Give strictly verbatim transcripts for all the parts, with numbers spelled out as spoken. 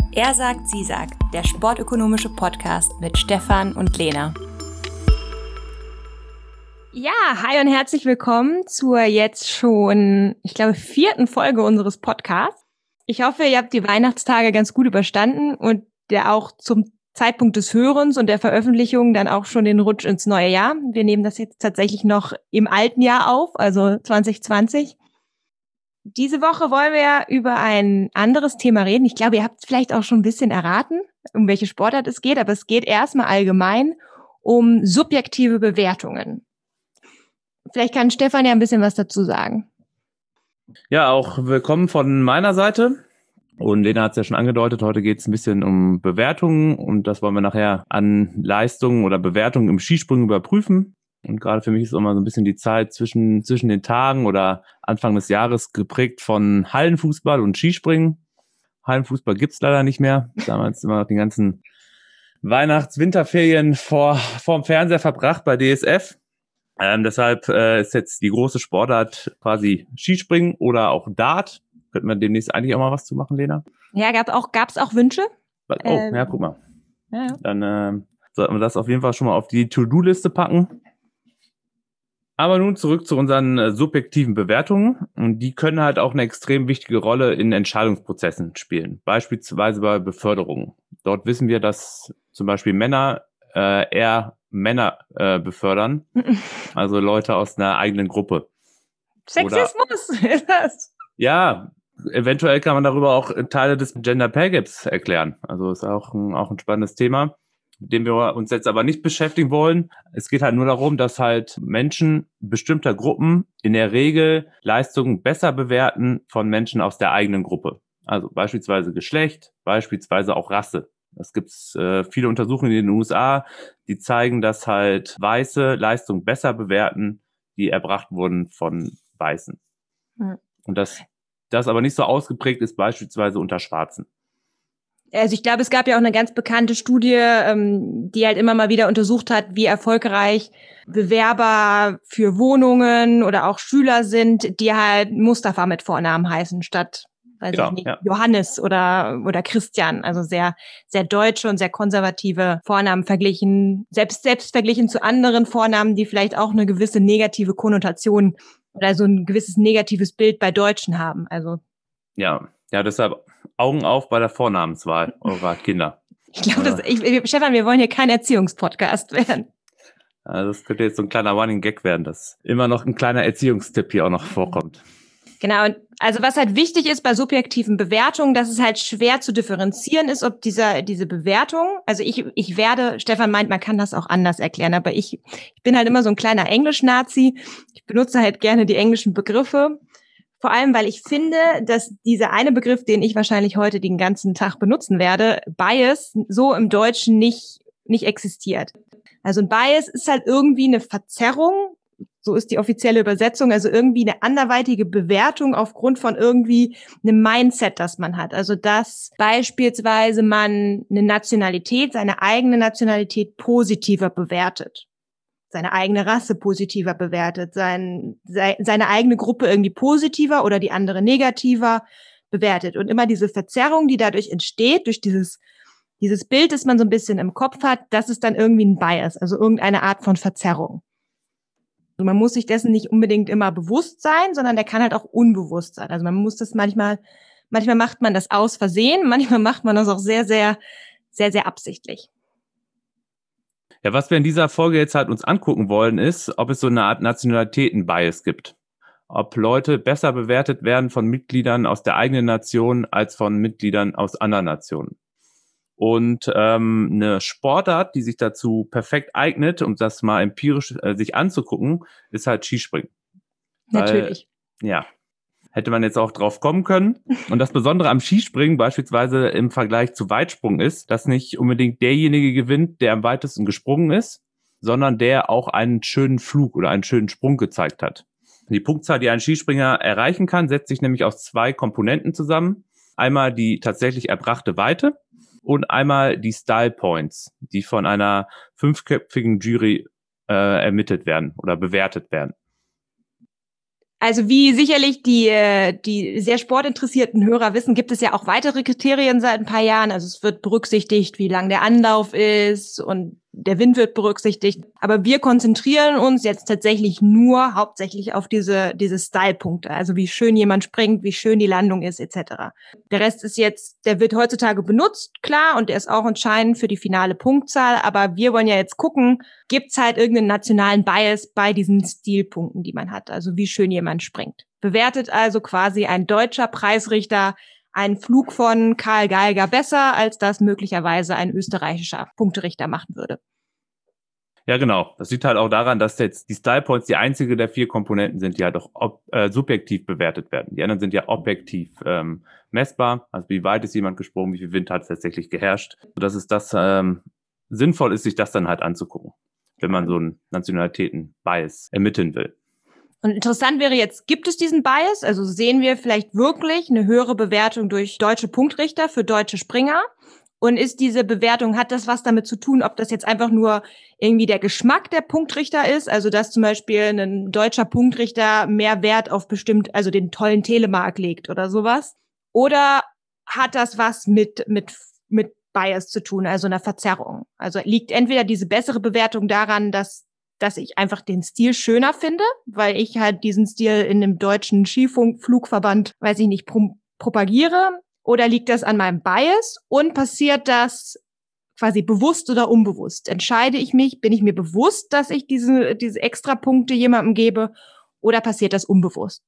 Er sagt, sie sagt, der sportökonomische Podcast mit Stefan und Lena. Ja, hi und herzlich willkommen zur jetzt schon, ich glaube, vierten Folge unseres Podcasts. Ich hoffe, ihr habt die Weihnachtstage ganz gut überstanden und der auch zum Zeitpunkt des Hörens und der Veröffentlichung dann auch schon den Rutsch ins neue Jahr. Wir nehmen das jetzt tatsächlich noch im alten Jahr auf, also zwanzig zwanzig. Diese Woche wollen wir über ein anderes Thema reden. Ich glaube, ihr habt es vielleicht auch schon ein bisschen erraten, um welche Sportart es geht, aber es geht erstmal allgemein um subjektive Bewertungen. Vielleicht kann Stefan ja ein bisschen was dazu sagen. Ja, auch willkommen von meiner Seite. Und Lena hat es ja schon angedeutet, heute geht es ein bisschen um Bewertungen und das wollen wir nachher an Leistungen oder Bewertungen im Skispringen überprüfen. Und gerade für mich ist auch immer so ein bisschen die Zeit zwischen, zwischen den Tagen oder Anfang des Jahres geprägt von Hallenfußball und Skispringen. Hallenfußball gibt's leider nicht mehr. Damals immer noch die ganzen Weihnachts-Winterferien vor vorm Fernseher verbracht bei D S F. Ähm, deshalb äh, ist jetzt die große Sportart quasi Skispringen oder auch Dart. Könnten wir demnächst eigentlich auch mal was zu machen, Lena? Ja, gab auch, gab's auch Wünsche? Oh, ähm, ja, guck mal. Ja. Dann äh, sollten wir das auf jeden Fall schon mal auf die To-Do-Liste packen. Aber nun zurück zu unseren äh, subjektiven Bewertungen. Und die können halt auch eine extrem wichtige Rolle in Entscheidungsprozessen spielen. Beispielsweise bei Beförderungen. Dort wissen wir, dass zum Beispiel Männer äh, eher Männer äh, befördern. Also Leute aus einer eigenen Gruppe. Sexismus ist das. Ja, eventuell kann man darüber auch Teile des Gender Pay Gaps erklären. Also ist auch ein, auch ein spannendes Thema, mit dem wir uns jetzt aber nicht beschäftigen wollen. Es geht halt nur darum, dass halt Menschen bestimmter Gruppen in der Regel Leistungen besser bewerten von Menschen aus der eigenen Gruppe. Also beispielsweise Geschlecht, beispielsweise auch Rasse. Es gibt äh, viele Untersuchungen in den U S A, die zeigen, dass halt Weiße Leistungen besser bewerten, die erbracht wurden von Weißen. Hm. Und dass das aber nicht so ausgeprägt ist, beispielsweise unter Schwarzen. Also ich glaube, es gab ja auch eine ganz bekannte Studie, ähm, die halt immer mal wieder untersucht hat, wie erfolgreich Bewerber für Wohnungen oder auch Schüler sind, die halt Mustafa mit Vornamen heißen, statt weiß genau, ich nicht, ja. Johannes oder oder Christian. Also sehr sehr deutsche und sehr konservative Vornamen verglichen, selbst selbst verglichen zu anderen Vornamen, die vielleicht auch eine gewisse negative Konnotation oder so ein gewisses negatives Bild bei Deutschen haben. Also ja, ja, deshalb Augen auf bei der Vornamenswahl eurer Kinder. Ich glaube, das, ich, Stefan, wir wollen hier kein Erziehungspodcast werden. Also das könnte jetzt so ein kleiner Running Gag werden, dass immer noch ein kleiner Erziehungstipp hier auch noch vorkommt. Genau, und also was halt wichtig ist bei subjektiven Bewertungen, dass es halt schwer zu differenzieren ist, ob dieser diese Bewertung, also ich ich werde, Stefan meint, man kann das auch anders erklären, aber ich ich bin halt immer so ein kleiner Englisch-Nazi. Ich benutze halt gerne die englischen Begriffe. Vor allem, weil ich finde, dass dieser eine Begriff, den ich wahrscheinlich heute den ganzen Tag benutzen werde, Bias, so im Deutschen nicht nicht existiert. Also ein Bias ist halt irgendwie eine Verzerrung, so ist die offizielle Übersetzung, also irgendwie eine anderweitige Bewertung aufgrund von irgendwie einem Mindset, das man hat. Also dass beispielsweise man eine Nationalität, seine eigene Nationalität positiver bewertet. Seine eigene Rasse positiver bewertet, sein, seine eigene Gruppe irgendwie positiver oder die andere negativer bewertet. Und immer diese Verzerrung, die dadurch entsteht, durch dieses, dieses Bild, das man so ein bisschen im Kopf hat, das ist dann irgendwie ein Bias, also irgendeine Art von Verzerrung. Also man muss sich dessen nicht unbedingt immer bewusst sein, sondern der kann halt auch unbewusst sein. Also man muss das manchmal, manchmal macht man das aus Versehen, manchmal macht man das auch sehr, sehr, sehr, sehr absichtlich. Ja, was wir in dieser Folge jetzt halt uns angucken wollen, ist, ob es so eine Art Nationalitäten-Bias gibt. Ob Leute besser bewertet werden von Mitgliedern aus der eigenen Nation als von Mitgliedern aus anderen Nationen. Und ähm, eine Sportart, die sich dazu perfekt eignet, um das mal empirisch äh, sich anzugucken, ist halt Skispringen. Natürlich. Weil, ja, hätte man jetzt auch drauf kommen können. Und das Besondere am Skispringen beispielsweise im Vergleich zu Weitsprung ist, dass nicht unbedingt derjenige gewinnt, der am weitesten gesprungen ist, sondern der auch einen schönen Flug oder einen schönen Sprung gezeigt hat. Die Punktzahl, die ein Skispringer erreichen kann, setzt sich nämlich aus zwei Komponenten zusammen. Einmal die tatsächlich erbrachte Weite und einmal die Style Points, die von einer fünfköpfigen Jury äh, ermittelt werden oder bewertet werden. Also wie sicherlich die, die sehr sportinteressierten Hörer wissen, gibt es ja auch weitere Kriterien seit ein paar Jahren. Also es wird berücksichtigt, wie lang der Anlauf ist und der Wind wird berücksichtigt. Aber wir konzentrieren uns jetzt tatsächlich nur hauptsächlich auf diese, diese Style-Punkte. Also wie schön jemand springt, wie schön die Landung ist, et cetera. Der Rest ist jetzt, der wird heutzutage benutzt, klar, und der ist auch entscheidend für die finale Punktzahl. Aber wir wollen ja jetzt gucken, gibt's halt irgendeinen nationalen Bias bei diesen Stilpunkten, die man hat. Also wie schön jemand springt. Bewertet also quasi ein deutscher Preisrichter einen Flug von Karl Geiger besser, als das möglicherweise ein österreichischer Punkterichter machen würde. Ja, genau. Das liegt halt auch daran, dass jetzt die Style Points die einzige der vier Komponenten sind, die halt auch ob, äh, subjektiv bewertet werden. Die anderen sind ja objektiv ähm, messbar. Also wie weit ist jemand gesprungen, wie viel Wind hat tatsächlich geherrscht. Sodass es das ähm, sinnvoll ist, sich das dann halt anzugucken, wenn man so einen Nationalitäten-Bias ermitteln will. Und interessant wäre jetzt, gibt es diesen Bias? Also sehen wir vielleicht wirklich eine höhere Bewertung durch deutsche Punktrichter für deutsche Springer? Und ist diese Bewertung, hat das was damit zu tun, ob das jetzt einfach nur irgendwie der Geschmack der Punktrichter ist? Also dass zum Beispiel ein deutscher Punktrichter mehr Wert auf bestimmt, also den tollen Telemark legt oder sowas? Oder hat das was mit, mit, mit Bias zu tun, also einer Verzerrung? Also liegt entweder diese bessere Bewertung daran, dass dass ich einfach den Stil schöner finde, weil ich halt diesen Stil in dem deutschen Skiflugverband, weiß ich nicht, pro- propagiere? Oder liegt das an meinem Bias? Und passiert das quasi bewusst oder unbewusst? Entscheide ich mich, bin ich mir bewusst, dass ich diese, diese Extrapunkte jemandem gebe? Oder passiert das unbewusst?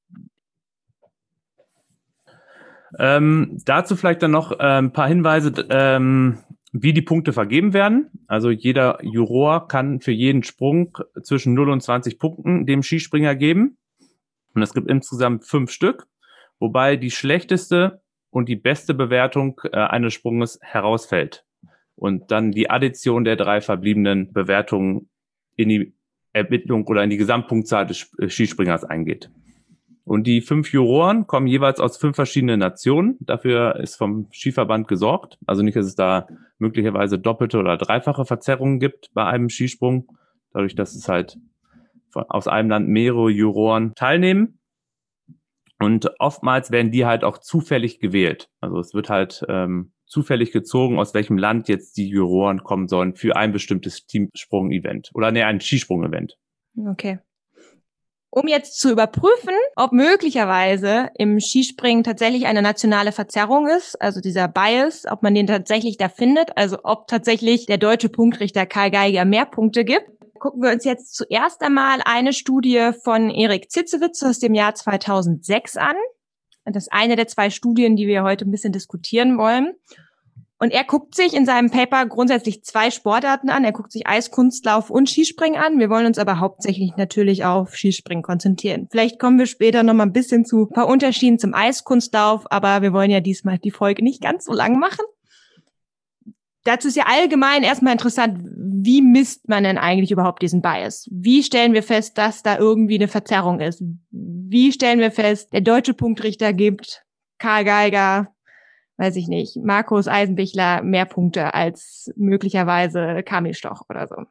Ähm, dazu vielleicht dann noch äh, ein paar Hinweise, ähm, wie die Punkte vergeben werden. Also jeder Juror kann für jeden Sprung zwischen null und zwanzig Punkten dem Skispringer geben. Und es gibt insgesamt fünf Stück, wobei die schlechteste und die beste Bewertung äh, eines Sprunges herausfällt. Und dann die Addition der drei verbliebenen Bewertungen in die Ermittlung oder in die Gesamtpunktzahl des Skispringers eingeht. Und die fünf Juroren kommen jeweils aus fünf verschiedenen Nationen. Dafür ist vom Skiverband gesorgt. Also nicht, dass es da möglicherweise doppelte oder dreifache Verzerrungen gibt bei einem Skisprung. Dadurch, dass es halt aus einem Land mehrere Juroren teilnehmen. Und oftmals werden die halt auch zufällig gewählt. Also es wird halt ähm, zufällig gezogen, aus welchem Land jetzt die Juroren kommen sollen für ein bestimmtes Teamsprung-Event. Oder nee, ein Skisprung-Event. Okay. Um jetzt zu überprüfen, ob möglicherweise im Skispringen tatsächlich eine nationale Verzerrung ist, also dieser Bias, ob man den tatsächlich da findet, also ob tatsächlich der deutsche Punktrichter Karl Geiger mehr Punkte gibt, gucken wir uns jetzt zuerst einmal eine Studie von Erik Zitzewitz aus dem Jahr zweitausendsechs an. Das ist eine der zwei Studien, die wir heute ein bisschen diskutieren wollen. Und er guckt sich in seinem Paper grundsätzlich zwei Sportarten an. Er guckt sich Eiskunstlauf und Skispringen an. Wir wollen uns aber hauptsächlich natürlich auf Skispringen konzentrieren. Vielleicht kommen wir später noch mal ein bisschen zu ein paar Unterschieden zum Eiskunstlauf, aber wir wollen ja diesmal die Folge nicht ganz so lang machen. Dazu ist ja allgemein erstmal interessant, wie misst man denn eigentlich überhaupt diesen Bias? Wie stellen wir fest, dass da irgendwie eine Verzerrung ist? Wie stellen wir fest, der deutsche Punktrichter gibt Karl Geiger, weiß ich nicht, Markus Eisenbichler mehr Punkte als möglicherweise Kamil Stoch oder so?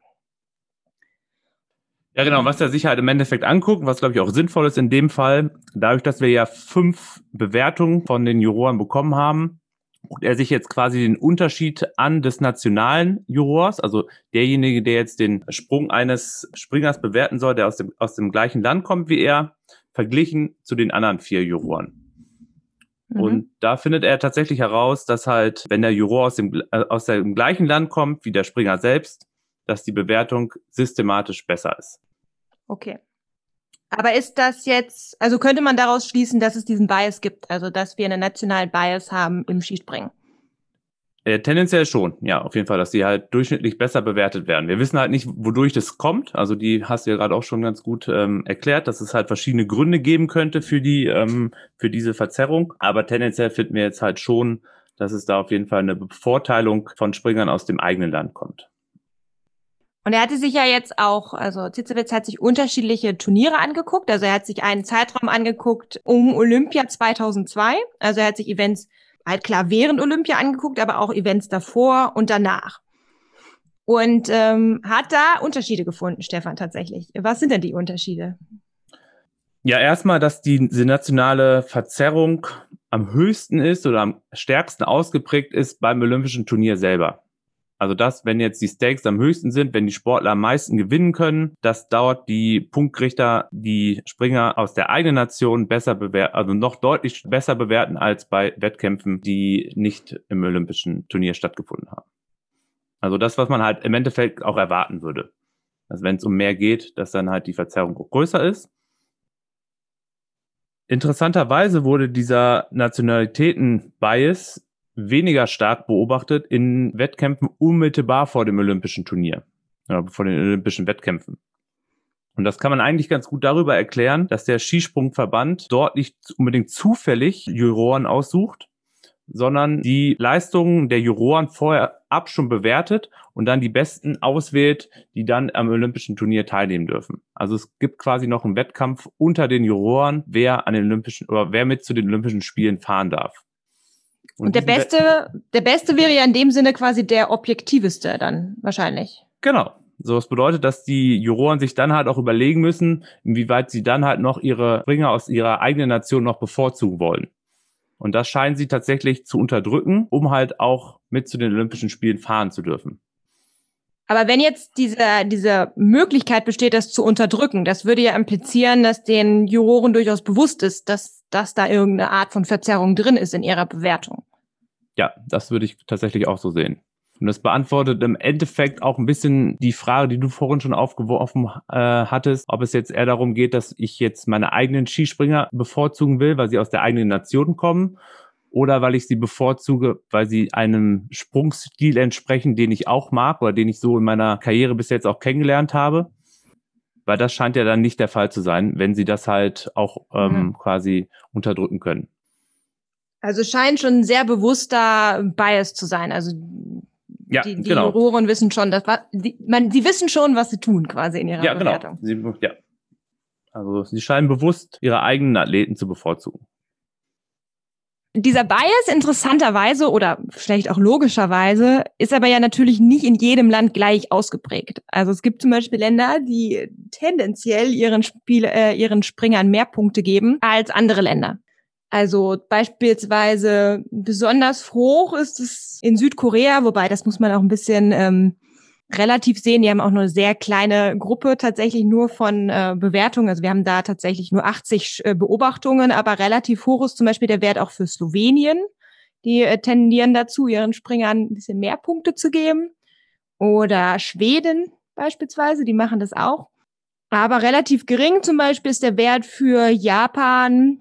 Ja, genau, was er sich halt im Endeffekt anguckt, was glaube ich auch sinnvoll ist in dem Fall, dadurch, dass wir ja fünf Bewertungen von den Juroren bekommen haben, guckt er sich jetzt quasi den Unterschied an des nationalen Jurors, also derjenige, der jetzt den Sprung eines Springers bewerten soll, der aus dem, aus dem gleichen Land kommt wie er, verglichen zu den anderen vier Juroren. Mhm. Und da findet er tatsächlich heraus, dass halt, wenn der Juror aus dem, äh, aus dem gleichen Land kommt wie der Springer selbst, dass die Bewertung systematisch besser ist. Okay. Aber ist das jetzt, also könnte man daraus schließen, dass es diesen Bias gibt, also dass wir einen nationalen Bias haben im Skispringen? Äh, tendenziell schon, ja, auf jeden Fall, dass die halt durchschnittlich besser bewertet werden. Wir wissen halt nicht, wodurch das kommt. Also die hast du ja gerade auch schon ganz gut ähm, erklärt, dass es halt verschiedene Gründe geben könnte für die ähm, für diese Verzerrung. Aber tendenziell finden wir jetzt halt schon, dass es da auf jeden Fall eine Bevorteilung von Springern aus dem eigenen Land kommt. Und er hatte sich ja jetzt auch, also Zitzewitz hat sich unterschiedliche Turniere angeguckt. Also er hat sich einen Zeitraum angeguckt um Olympia zweitausendzwei. Also er hat sich Events halt klar während Olympia angeguckt, aber auch Events davor und danach. Und ähm, hat da Unterschiede gefunden, Stefan, tatsächlich. Was sind denn die Unterschiede? Ja, erstmal, dass die, die nationale Verzerrung am höchsten ist oder am stärksten ausgeprägt ist beim Olympischen Turnier selber. Also das, wenn jetzt die Stakes am höchsten sind, wenn die Sportler am meisten gewinnen können, dass dort die Punktrichter die Springer aus der eigenen Nation besser bewerten, also noch deutlich besser bewerten als bei Wettkämpfen, die nicht im Olympischen Turnier stattgefunden haben. Also das, was man halt im Endeffekt auch erwarten würde. Also wenn es um mehr geht, dass dann halt die Verzerrung größer ist. Interessanterweise wurde dieser Nationalitäten-Bias weniger stark beobachtet in Wettkämpfen unmittelbar vor dem Olympischen Turnier, oder vor den Olympischen Wettkämpfen. Und das kann man eigentlich ganz gut darüber erklären, dass der Skisprungverband dort nicht unbedingt zufällig Juroren aussucht, sondern die Leistungen der Juroren vorher ab schon bewertet und dann die Besten auswählt, die dann am Olympischen Turnier teilnehmen dürfen. Also es gibt quasi noch einen Wettkampf unter den Juroren, wer an den Olympischen oder wer mit zu den Olympischen Spielen fahren darf. Und, und der beste, der beste wäre ja in dem Sinne quasi der objektiveste dann wahrscheinlich. Genau. So, das bedeutet, dass die Juroren sich dann halt auch überlegen müssen, inwieweit sie dann halt noch ihre Springer aus ihrer eigenen Nation noch bevorzugen wollen. Und das scheinen sie tatsächlich zu unterdrücken, um halt auch mit zu den Olympischen Spielen fahren zu dürfen. Aber wenn jetzt diese, diese Möglichkeit besteht, das zu unterdrücken, das würde ja implizieren, dass den Juroren durchaus bewusst ist, dass, dass da irgendeine Art von Verzerrung drin ist in ihrer Bewertung. Ja, das würde ich tatsächlich auch so sehen. Und das beantwortet im Endeffekt auch ein bisschen die Frage, die du vorhin schon aufgeworfen äh, hattest, ob es jetzt eher darum geht, dass ich jetzt meine eigenen Skispringer bevorzugen will, weil sie aus der eigenen Nation kommen, oder weil ich sie bevorzuge, weil sie einem Sprungstil entsprechen, den ich auch mag oder den ich so in meiner Karriere bis jetzt auch kennengelernt habe. Weil das scheint ja dann nicht der Fall zu sein, wenn sie das halt auch ähm, mhm. quasi unterdrücken können. Also scheint schon ein sehr bewusster Bias zu sein. Also ja, die, die genau. Juroren wissen schon, dass die, man, sie wissen schon, was sie tun quasi in ihrer ja, Bewertung. Genau. Sie, ja, also sie scheinen bewusst ihre eigenen Athleten zu bevorzugen. Dieser Bias interessanterweise oder vielleicht auch logischerweise ist aber ja natürlich nicht in jedem Land gleich ausgeprägt. Also es gibt zum Beispiel Länder, die tendenziell ihren Spiel, äh, ihren Springern mehr Punkte geben als andere Länder. Also beispielsweise besonders hoch ist es in Südkorea, wobei das muss man auch ein bisschen ähm, relativ sehen. Die haben auch nur eine sehr kleine Gruppe tatsächlich nur von äh, Bewertungen. Also wir haben da tatsächlich nur achtzig äh, Beobachtungen, aber relativ hoch ist zum Beispiel der Wert auch für Slowenien. Die äh, tendieren dazu, ihren Springern ein bisschen mehr Punkte zu geben. Oder Schweden beispielsweise, die machen das auch. Aber relativ gering zum Beispiel ist der Wert für Japan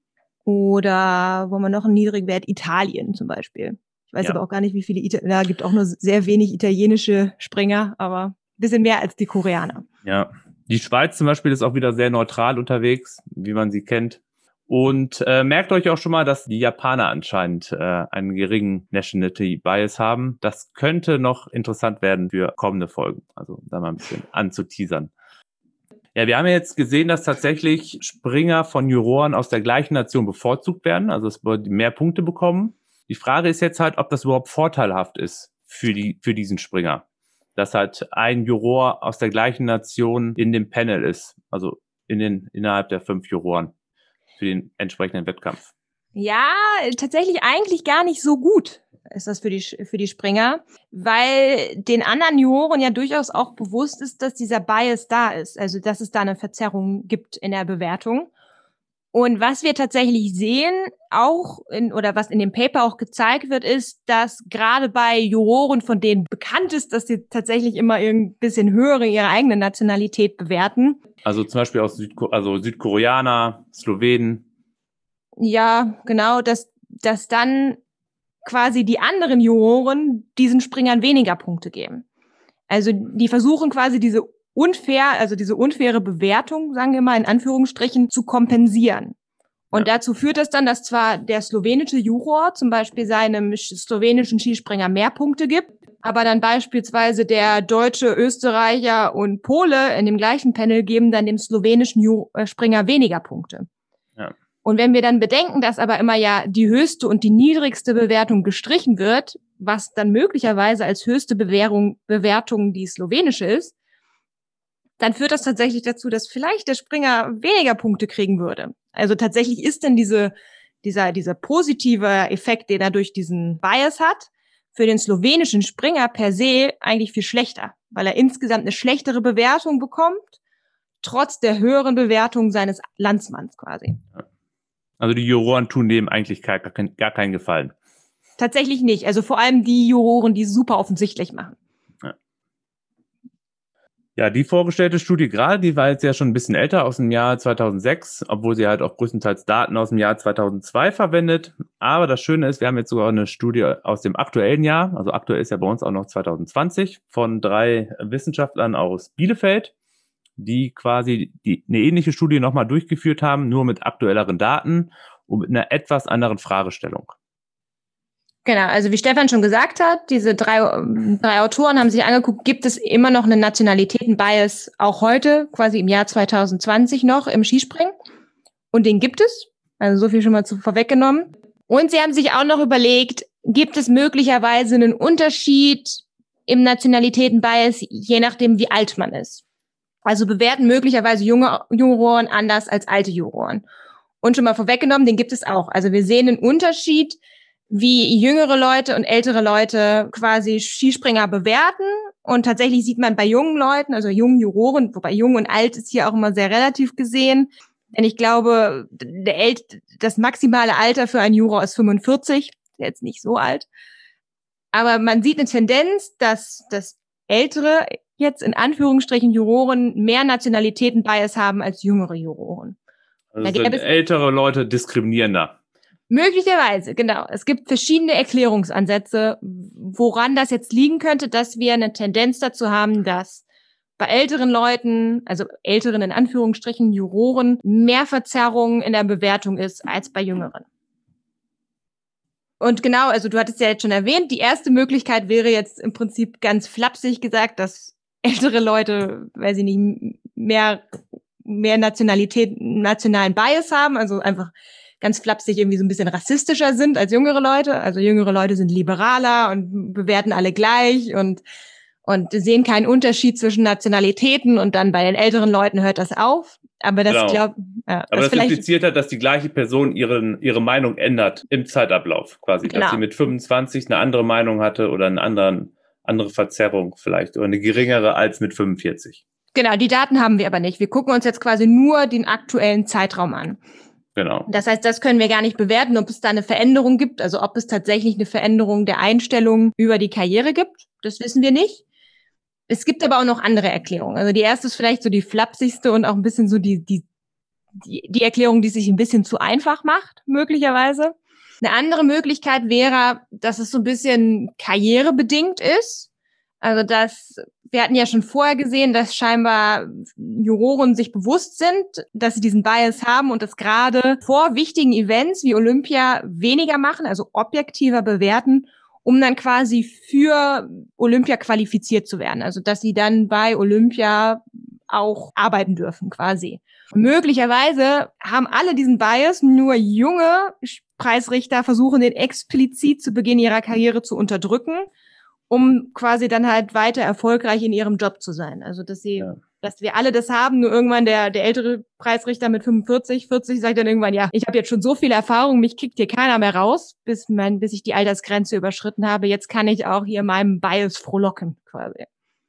oder, wo man noch einen niedrigen Wert, Italien zum Beispiel. Ich weiß ja. aber auch gar nicht, wie viele Italiener, da gibt auch nur sehr wenig italienische Springer, aber ein bisschen mehr als die Koreaner. Ja, die Schweiz zum Beispiel ist auch wieder sehr neutral unterwegs, wie man sie kennt. Und äh, merkt euch auch schon mal, dass die Japaner anscheinend äh, einen geringen Nationality Bias haben. Das könnte noch interessant werden für kommende Folgen. Also da mal ein bisschen anzuteasern. Ja, wir haben ja jetzt gesehen, dass tatsächlich Springer von Juroren aus der gleichen Nation bevorzugt werden, also es wird mehr Punkte bekommen. Die Frage ist jetzt halt, ob das überhaupt vorteilhaft ist für die für diesen Springer, dass halt ein Juror aus der gleichen Nation in dem Panel ist, also in den innerhalb der fünf Juroren für den entsprechenden Wettkampf. Ja, tatsächlich eigentlich gar nicht so gut ist das für die für die Springer, weil den anderen Juroren ja durchaus auch bewusst ist, dass dieser Bias da ist, also dass es da eine Verzerrung gibt in der Bewertung. Und was wir tatsächlich sehen, auch in, oder was in dem Paper auch gezeigt wird, ist, dass gerade bei Juroren, von denen bekannt ist, dass sie tatsächlich immer ein bisschen höher ihre eigene Nationalität bewerten. Also zum Beispiel aus Südko- also Südkoreaner, Slowenen. Ja, genau, dass, dass dann quasi die anderen Juroren diesen Springern weniger Punkte geben. Also die versuchen quasi diese unfair, also diese unfaire Bewertung, sagen wir mal in Anführungsstrichen, zu kompensieren. Und ja. dazu führt das dann, dass zwar der slowenische Juror zum Beispiel seinem slowenischen Skispringer mehr Punkte gibt, aber dann beispielsweise der Deutsche, Österreicher und Pole in dem gleichen Panel geben dann dem slowenischen Ju- Springer weniger Punkte. Ja. Und wenn wir dann bedenken, dass aber immer ja die höchste und die niedrigste Bewertung gestrichen wird, was dann möglicherweise als höchste Bewertung, Bewertung die slowenische ist, dann führt das tatsächlich dazu, dass vielleicht der Springer weniger Punkte kriegen würde. Also tatsächlich ist denn diese, dieser, dieser positive Effekt, den er durch diesen Bias hat, für den slowenischen Springer per se eigentlich viel schlechter, weil er insgesamt eine schlechtere Bewertung bekommt, trotz der höheren Bewertung seines Landsmanns quasi. Also die Juroren tun dem eigentlich gar, kein, gar keinen Gefallen. Tatsächlich nicht. Also vor allem die Juroren, die es super offensichtlich machen. Ja. Ja, die vorgestellte Studie gerade, die war jetzt ja schon ein bisschen älter, aus dem Jahr zweitausendsechs, obwohl sie halt auch größtenteils Daten aus dem Jahr zweitausendzwei verwendet. Aber das Schöne ist, wir haben jetzt sogar eine Studie aus dem aktuellen Jahr, also aktuell ist ja bei uns auch noch zweitausendzwanzig, von drei Wissenschaftlern aus Bielefeld, die quasi die, eine ähnliche Studie nochmal durchgeführt haben, nur mit aktuelleren Daten und mit einer etwas anderen Fragestellung. Genau, also wie Stefan schon gesagt hat, diese drei, drei Autoren haben sich angeguckt, gibt es immer noch einen Nationalitäten-Bias auch heute, quasi im Jahr zweitausendzwanzig noch im Skispringen. Und den gibt es, also so viel schon mal zu vorweggenommen. Und sie haben sich auch noch überlegt, gibt es möglicherweise einen Unterschied im Nationalitäten-Bias, je nachdem wie alt man ist. Also bewerten möglicherweise junge Juroren anders als alte Juroren. Und schon mal vorweggenommen, den gibt es auch. Also wir sehen einen Unterschied, wie jüngere Leute und ältere Leute quasi Skispringer bewerten. Und tatsächlich sieht man bei jungen Leuten, also jungen Juroren, wobei jung und alt ist hier auch immer sehr relativ gesehen. Denn ich glaube, der El- das maximale Alter für einen Juror ist fünfundvierzig, der ist jetzt nicht so alt. Aber man sieht eine Tendenz, dass das ältere, jetzt in Anführungsstrichen Juroren, mehr Nationalitäten-Bias haben als jüngere Juroren. Also sind ältere Leute diskriminierender. Möglicherweise, genau. Es gibt verschiedene Erklärungsansätze, woran das jetzt liegen könnte, dass wir eine Tendenz dazu haben, dass bei älteren Leuten, also älteren in Anführungsstrichen Juroren, mehr Verzerrung in der Bewertung ist als bei jüngeren. Und genau, also du hattest ja jetzt schon erwähnt, die erste Möglichkeit wäre jetzt im Prinzip ganz flapsig gesagt, dass ältere Leute, weiß ich nicht, mehr, mehr Nationalität, nationalen Bias haben, also einfach ganz flapsig irgendwie so ein bisschen rassistischer sind als jüngere Leute. Also jüngere Leute sind liberaler und bewerten alle gleich und und sehen keinen Unterschied zwischen Nationalitäten und dann bei den älteren Leuten hört das auf. Aber das Genau. glaub, ja, Aber das, das vielleicht impliziert hat, dass die gleiche Person ihren, ihre Meinung ändert im Zeitablauf quasi. Genau. Dass sie mit fünfundzwanzig eine andere Meinung hatte oder eine andere, andere Verzerrung vielleicht oder eine geringere als mit fünfundvierzig. Genau, die Daten haben wir aber nicht. Wir gucken uns jetzt quasi nur den aktuellen Zeitraum an. Genau. Das heißt, das können wir gar nicht bewerten, ob es da eine Veränderung gibt, also ob es tatsächlich eine Veränderung der Einstellung über die Karriere gibt. Das wissen wir nicht. Es gibt aber auch noch andere Erklärungen. Also die erste ist vielleicht so die flapsigste und auch ein bisschen so die, die, die, die Erklärung, die sich ein bisschen zu einfach macht, möglicherweise. Eine andere Möglichkeit wäre, dass es so ein bisschen karrierebedingt ist. Also das, wir hatten ja schon vorher gesehen, dass scheinbar Juroren sich bewusst sind, dass sie diesen Bias haben und das gerade vor wichtigen Events wie Olympia weniger machen, also objektiver bewerten, um dann quasi für Olympia qualifiziert zu werden. Also dass sie dann bei Olympia auch arbeiten dürfen quasi. Und möglicherweise haben alle diesen Bias, nur junge Preisrichter versuchen den explizit zu Beginn ihrer Karriere zu unterdrücken, um quasi dann halt weiter erfolgreich in ihrem Job zu sein. Also, dass sie, ja. dass wir alle das haben, nur irgendwann der, der ältere Preisrichter mit fünfundvierzig, vierzig sagt dann irgendwann, ja, ich habe jetzt schon so viel Erfahrung, mich kickt hier keiner mehr raus, bis mein, bis ich die Altersgrenze überschritten habe. Jetzt kann ich auch hier meinem Bias frohlocken, quasi.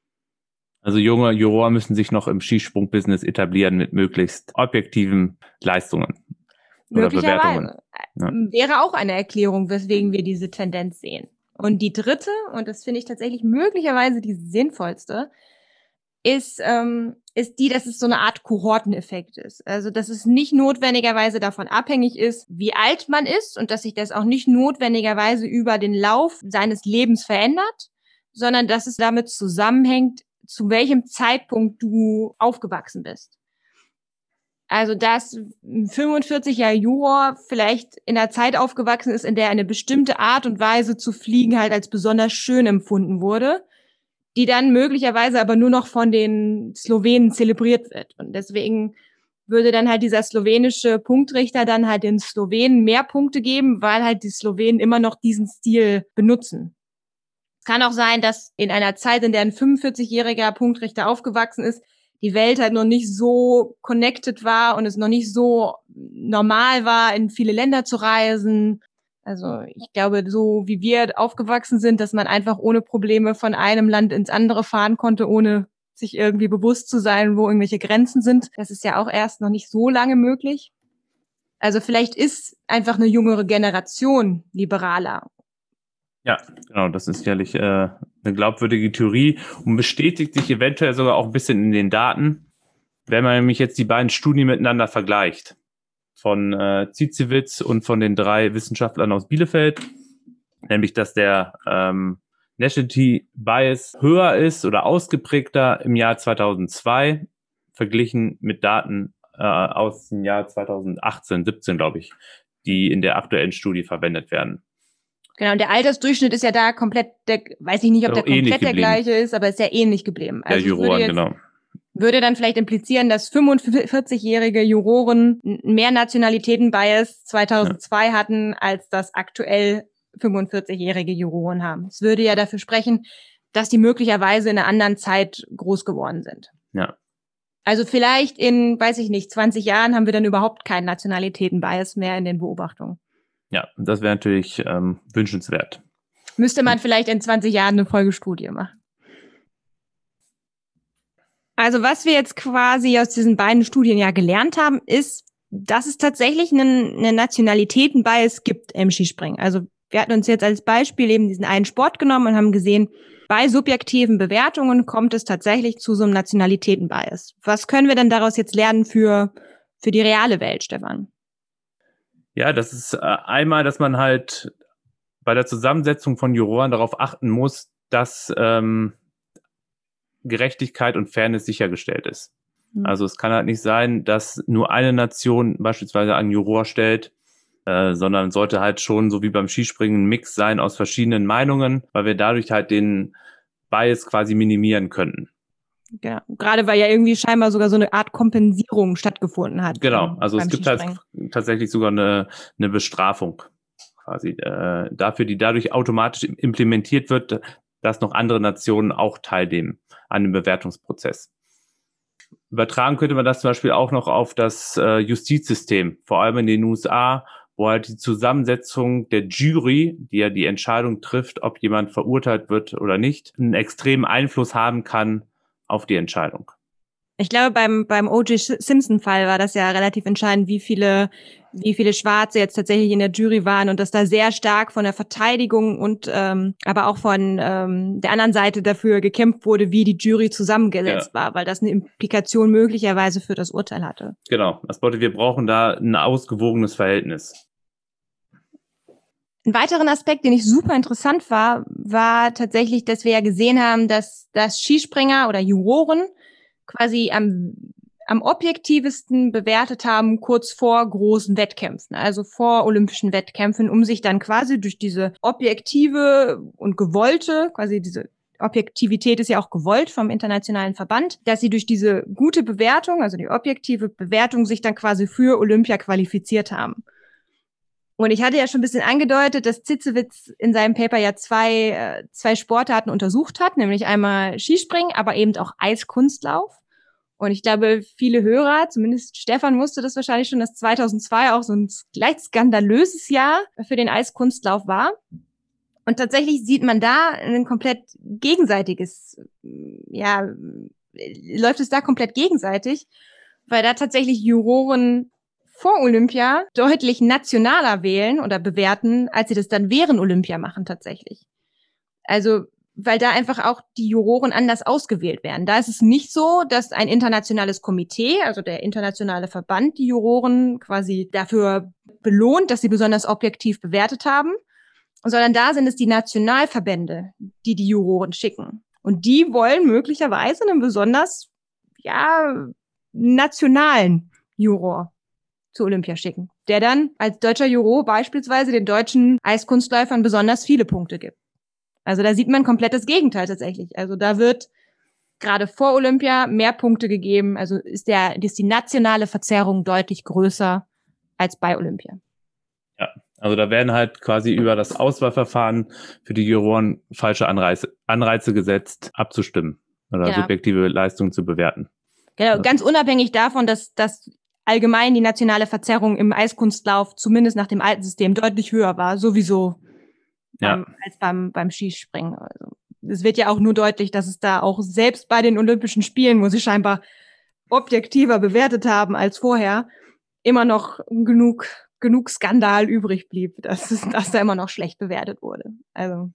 Also junge Juroren müssen sich noch im Skisprung-Business etablieren mit möglichst objektiven Leistungen oder Bewertungen. Ja. Wäre auch eine Erklärung, weswegen wir diese Tendenz sehen. Und die dritte, und das finde ich tatsächlich möglicherweise die sinnvollste, ist, ähm, ist die, dass es so eine Art Kohorteneffekt ist. Also, dass es nicht notwendigerweise davon abhängig ist, wie alt man ist und dass sich das auch nicht notwendigerweise über den Lauf seines Lebens verändert, sondern dass es damit zusammenhängt, zu welchem Zeitpunkt du aufgewachsen bist. Also, dass ein fünfundvierzig Jahre Juror vielleicht in einer Zeit aufgewachsen ist, in der eine bestimmte Art und Weise zu fliegen halt als besonders schön empfunden wurde, die dann möglicherweise aber nur noch von den Slowenen zelebriert wird. Und deswegen würde dann halt dieser slowenische Punktrichter dann halt den Slowenen mehr Punkte geben, weil halt die Slowenen immer noch diesen Stil benutzen. Es kann auch sein, dass in einer Zeit, in der ein fünfundvierzigjähriger Punktrichter aufgewachsen ist, die Welt halt noch nicht so connected war und es noch nicht so normal war, in viele Länder zu reisen. Also ich glaube, so wie wir aufgewachsen sind, dass man einfach ohne Probleme von einem Land ins andere fahren konnte, ohne sich irgendwie bewusst zu sein, wo irgendwelche Grenzen sind. Das ist ja auch erst noch nicht so lange möglich. Also vielleicht ist einfach eine jüngere Generation liberaler. Ja, genau, das ist sicherlich äh, eine glaubwürdige Theorie und bestätigt sich eventuell sogar auch ein bisschen in den Daten, wenn man nämlich jetzt die beiden Studien miteinander vergleicht. Von äh, Ziziewicz und von den drei Wissenschaftlern aus Bielefeld, nämlich dass der ähm, Nationality Bias höher ist oder ausgeprägter im Jahr zweitausendzwei, verglichen mit Daten äh, aus dem Jahr zweitausendachtzehn, siebzehn, glaube ich, die in der aktuellen Studie verwendet werden. Genau, und der Altersdurchschnitt ist ja da komplett, der, weiß ich nicht, ob der komplett der gleiche ist, aber ist ja ähnlich geblieben. Der also Juroren, jetzt, genau. Würde dann vielleicht implizieren, dass fünfundvierzigjährige Juroren mehr Nationalitäten-Bias zweitausendzwei ja. hatten, als das aktuell fünfundvierzigjährige Juroren haben. Es würde ja dafür sprechen, dass die möglicherweise in einer anderen Zeit groß geworden sind. Ja. Also vielleicht in, weiß ich nicht, zwanzig Jahren haben wir dann überhaupt keinen Nationalitäten-Bias mehr in den Beobachtungen. Ja, das wäre natürlich ähm, wünschenswert. Müsste man vielleicht in zwanzig Jahren eine Folgestudie machen. Also was wir jetzt quasi aus diesen beiden Studien ja gelernt haben, ist, dass es tatsächlich einen, einen Nationalitäten-Bias gibt im Skispringen. Also wir hatten uns jetzt als Beispiel eben diesen einen Sport genommen und haben gesehen, bei subjektiven Bewertungen kommt es tatsächlich zu so einem Nationalitäten-Bias. Was können wir denn daraus jetzt lernen für, für die reale Welt, Stefan? Ja, das ist äh, einmal, dass man halt bei der Zusammensetzung von Juroren darauf achten muss, dass ähm, Gerechtigkeit und Fairness sichergestellt ist. Mhm. Also es kann halt nicht sein, dass nur eine Nation beispielsweise einen Juror stellt, äh, sondern sollte halt schon, so wie beim Skispringen, ein Mix sein aus verschiedenen Meinungen, weil wir dadurch halt den Bias quasi minimieren könnten. Genau. Gerade weil ja irgendwie scheinbar sogar so eine Art Kompensierung stattgefunden hat. Genau, also es gibt halt tatsächlich sogar eine, eine Bestrafung quasi äh, dafür, die dadurch automatisch implementiert wird, dass noch andere Nationen auch teilnehmen an dem Bewertungsprozess. Übertragen könnte man das zum Beispiel auch noch auf das äh, Justizsystem, vor allem in den U S A, wo halt die Zusammensetzung der Jury, die ja die Entscheidung trifft, ob jemand verurteilt wird oder nicht, einen extremen Einfluss haben kann auf die Entscheidung. Ich glaube, beim beim O J Simpson-Fall war das ja relativ entscheidend, wie viele wie viele Schwarze jetzt tatsächlich in der Jury waren und dass da sehr stark von der Verteidigung und ähm, aber auch von ähm, der anderen Seite dafür gekämpft wurde, wie die Jury zusammengesetzt ja. war, weil das eine Implikation möglicherweise für das Urteil hatte. Genau, das bedeutet, wir brauchen da ein ausgewogenes Verhältnis. Ein weiteren Aspekt, den ich super interessant war, war tatsächlich, dass wir ja gesehen haben, dass dass Skispringer oder Juroren quasi am am objektivsten bewertet haben, kurz vor großen Wettkämpfen, also vor olympischen Wettkämpfen, um sich dann quasi durch diese objektive und gewollte, quasi diese Objektivität ist ja auch gewollt vom internationalen Verband, dass sie durch diese gute Bewertung, also die objektive Bewertung, sich dann quasi für Olympia qualifiziert haben. Und ich hatte ja schon ein bisschen angedeutet, dass Ziziewicz in seinem Paper ja zwei, äh, zwei Sportarten untersucht hat, nämlich einmal Skispringen, aber eben auch Eiskunstlauf. Und ich glaube, viele Hörer, zumindest Stefan wusste das wahrscheinlich schon, dass zweitausendzwei auch so ein leicht skandalöses Jahr für den Eiskunstlauf war. Und tatsächlich sieht man da ein komplett gegenseitiges, ja, läuft es da komplett gegenseitig, weil da tatsächlich Juroren vor Olympia deutlich nationaler wählen oder bewerten, als sie das dann während Olympia machen tatsächlich. Also weil da einfach auch die Juroren anders ausgewählt werden. Da ist es nicht so, dass ein internationales Komitee, also der internationale Verband, die Juroren quasi dafür belohnt, dass sie besonders objektiv bewertet haben, sondern da sind es die Nationalverbände, die die Juroren schicken. Und die wollen möglicherweise einen besonders, ja, nationalen Juror zu Olympia schicken, der dann als deutscher Juror beispielsweise den deutschen Eiskunstläufern besonders viele Punkte gibt. Also da sieht man komplett das Gegenteil tatsächlich. Also da wird gerade vor Olympia mehr Punkte gegeben. Also ist der ist die nationale Verzerrung deutlich größer als bei Olympia. Ja, also da werden halt quasi über das Auswahlverfahren für die Juroren falsche Anreize, Anreize gesetzt, abzustimmen oder ja. subjektive Leistungen zu bewerten. Genau, ganz unabhängig davon, dass, dass allgemein die nationale Verzerrung im Eiskunstlauf zumindest nach dem alten System deutlich höher war, sowieso Ja. beim, als beim, beim Skispringen. Also, es wird ja auch nur deutlich, dass es da auch selbst bei den Olympischen Spielen, wo sie scheinbar objektiver bewertet haben als vorher, immer noch genug, genug Skandal übrig blieb, dass, es, dass da immer noch schlecht bewertet wurde. Also.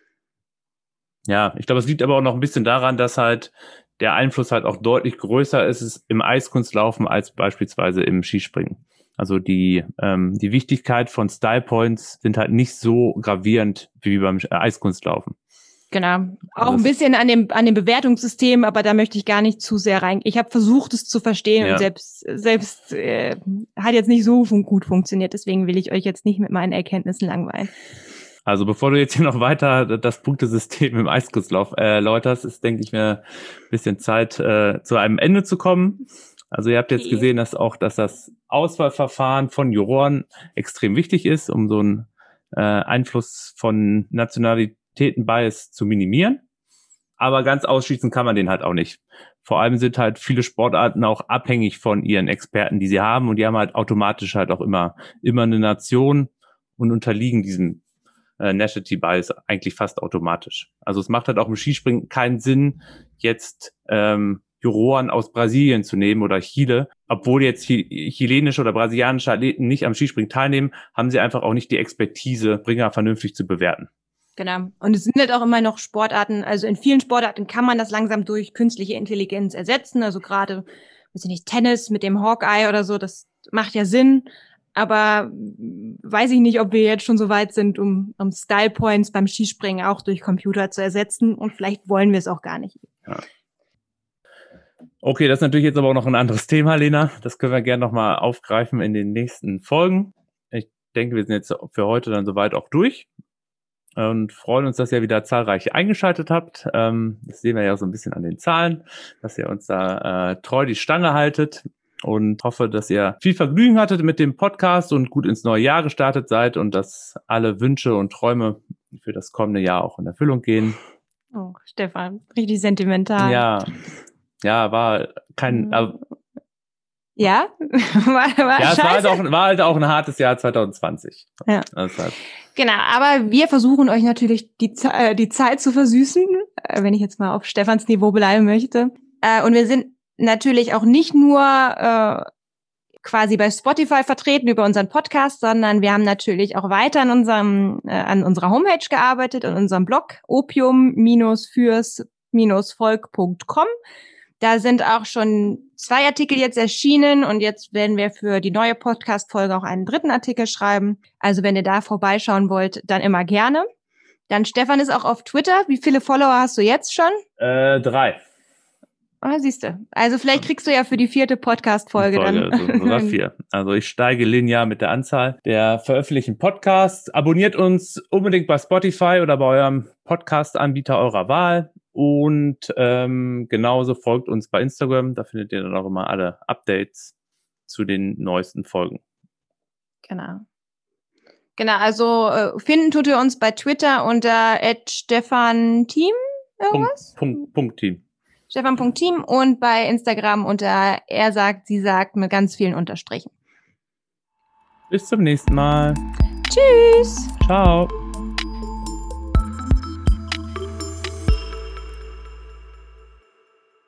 Ja, ich glaube, es liegt aber auch noch ein bisschen daran, dass halt der Einfluss halt auch deutlich größer ist im Eiskunstlaufen als beispielsweise im Skispringen. Also die, ähm, die Wichtigkeit von Style Points sind halt nicht so gravierend wie beim Eiskunstlaufen. Genau. Auch ein bisschen an dem, an dem Bewertungssystem, aber da möchte ich gar nicht zu sehr rein. Ich habe versucht, es zu verstehen, ja. Und selbst, selbst äh, hat jetzt nicht so fun- gut funktioniert. Deswegen will ich euch jetzt nicht mit meinen Erkenntnissen langweilen. Also bevor du jetzt hier noch weiter das Punktesystem im Eiskunstlauf äh, erläuterst, ist, denke ich mir, ein bisschen Zeit, äh, zu einem Ende zu kommen. Also ihr habt jetzt gesehen, dass auch, dass das Auswahlverfahren von Juroren extrem wichtig ist, um so einen äh, Einfluss von Nationalitäten-Bias zu minimieren. Aber ganz ausschließen kann man den halt auch nicht. Vor allem sind halt viele Sportarten auch abhängig von ihren Experten, die sie haben. Und die haben halt automatisch halt auch immer, immer eine Nation und unterliegen diesem äh, Nationality Bias eigentlich fast automatisch. Also es macht halt auch im Skispringen keinen Sinn, jetzt ähm, Juroren aus Brasilien zu nehmen oder Chile. Obwohl jetzt chi- chilenische oder brasilianische Athleten nicht am Skispringen teilnehmen, haben sie einfach auch nicht die Expertise, Springer vernünftig zu bewerten. Genau. Und es sind halt auch immer noch Sportarten, also in vielen Sportarten kann man das langsam durch künstliche Intelligenz ersetzen. Also gerade, weiß ich nicht, Tennis mit dem Hawkeye oder so, das macht ja Sinn. Aber weiß ich nicht, ob wir jetzt schon so weit sind, um, um Style Points beim Skispringen auch durch Computer zu ersetzen. Und vielleicht wollen wir es auch gar nicht. Ja. Okay, das ist natürlich jetzt aber auch noch ein anderes Thema, Lena. Das können wir gerne nochmal aufgreifen in den nächsten Folgen. Ich denke, wir sind jetzt für heute dann soweit auch durch und freuen uns, dass ihr wieder zahlreich eingeschaltet habt. Ähm, das sehen wir ja so ein bisschen an den Zahlen, dass ihr uns da äh, treu die Stange haltet. Und hoffe, dass ihr viel Vergnügen hattet mit dem Podcast und gut ins neue Jahr gestartet seid und dass alle Wünsche und Träume für das kommende Jahr auch in Erfüllung gehen. Oh, Stefan, richtig sentimental. Ja, ja, war kein... Äh, ja? war, war ja, es war halt, auch, war halt auch ein hartes Jahr zwanzig zwanzig. Ja. Deshalb. Genau, aber wir versuchen euch natürlich die, äh, die Zeit zu versüßen, äh, wenn ich jetzt mal auf Stefans Niveau bleiben möchte. Äh, und wir sind natürlich auch nicht nur äh, quasi bei Spotify vertreten über unseren Podcast, sondern wir haben natürlich auch weiter an unserem äh, an unserer Homepage gearbeitet, an unserem Blog opium fürs volk punkt com. Da sind auch schon zwei Artikel jetzt erschienen und jetzt werden wir für die neue Podcast-Folge auch einen dritten Artikel schreiben. Also wenn ihr da vorbeischauen wollt, dann immer gerne. Dann Stefan ist auch auf Twitter. Wie viele Follower hast du jetzt schon? Äh, drei. Ah, siehst du. Also vielleicht kriegst du ja für die vierte Podcast-Folge Folge, dann. so, sogar vier. Also ich steige linear mit der Anzahl der veröffentlichten Podcasts. Abonniert uns unbedingt bei Spotify oder bei eurem Podcast-Anbieter eurer Wahl. Und ähm, genauso folgt uns bei Instagram. Da findet ihr dann auch immer alle Updates zu den neuesten Folgen. Genau. Genau, also äh, finden tut ihr uns bei Twitter unter at stefanteam irgendwas? Punkt, Punkt, Punkt Team. stefan punkt team und bei Instagram unter er sagt, sie sagt mit ganz vielen Unterstrichen. Bis zum nächsten Mal. Tschüss. Ciao.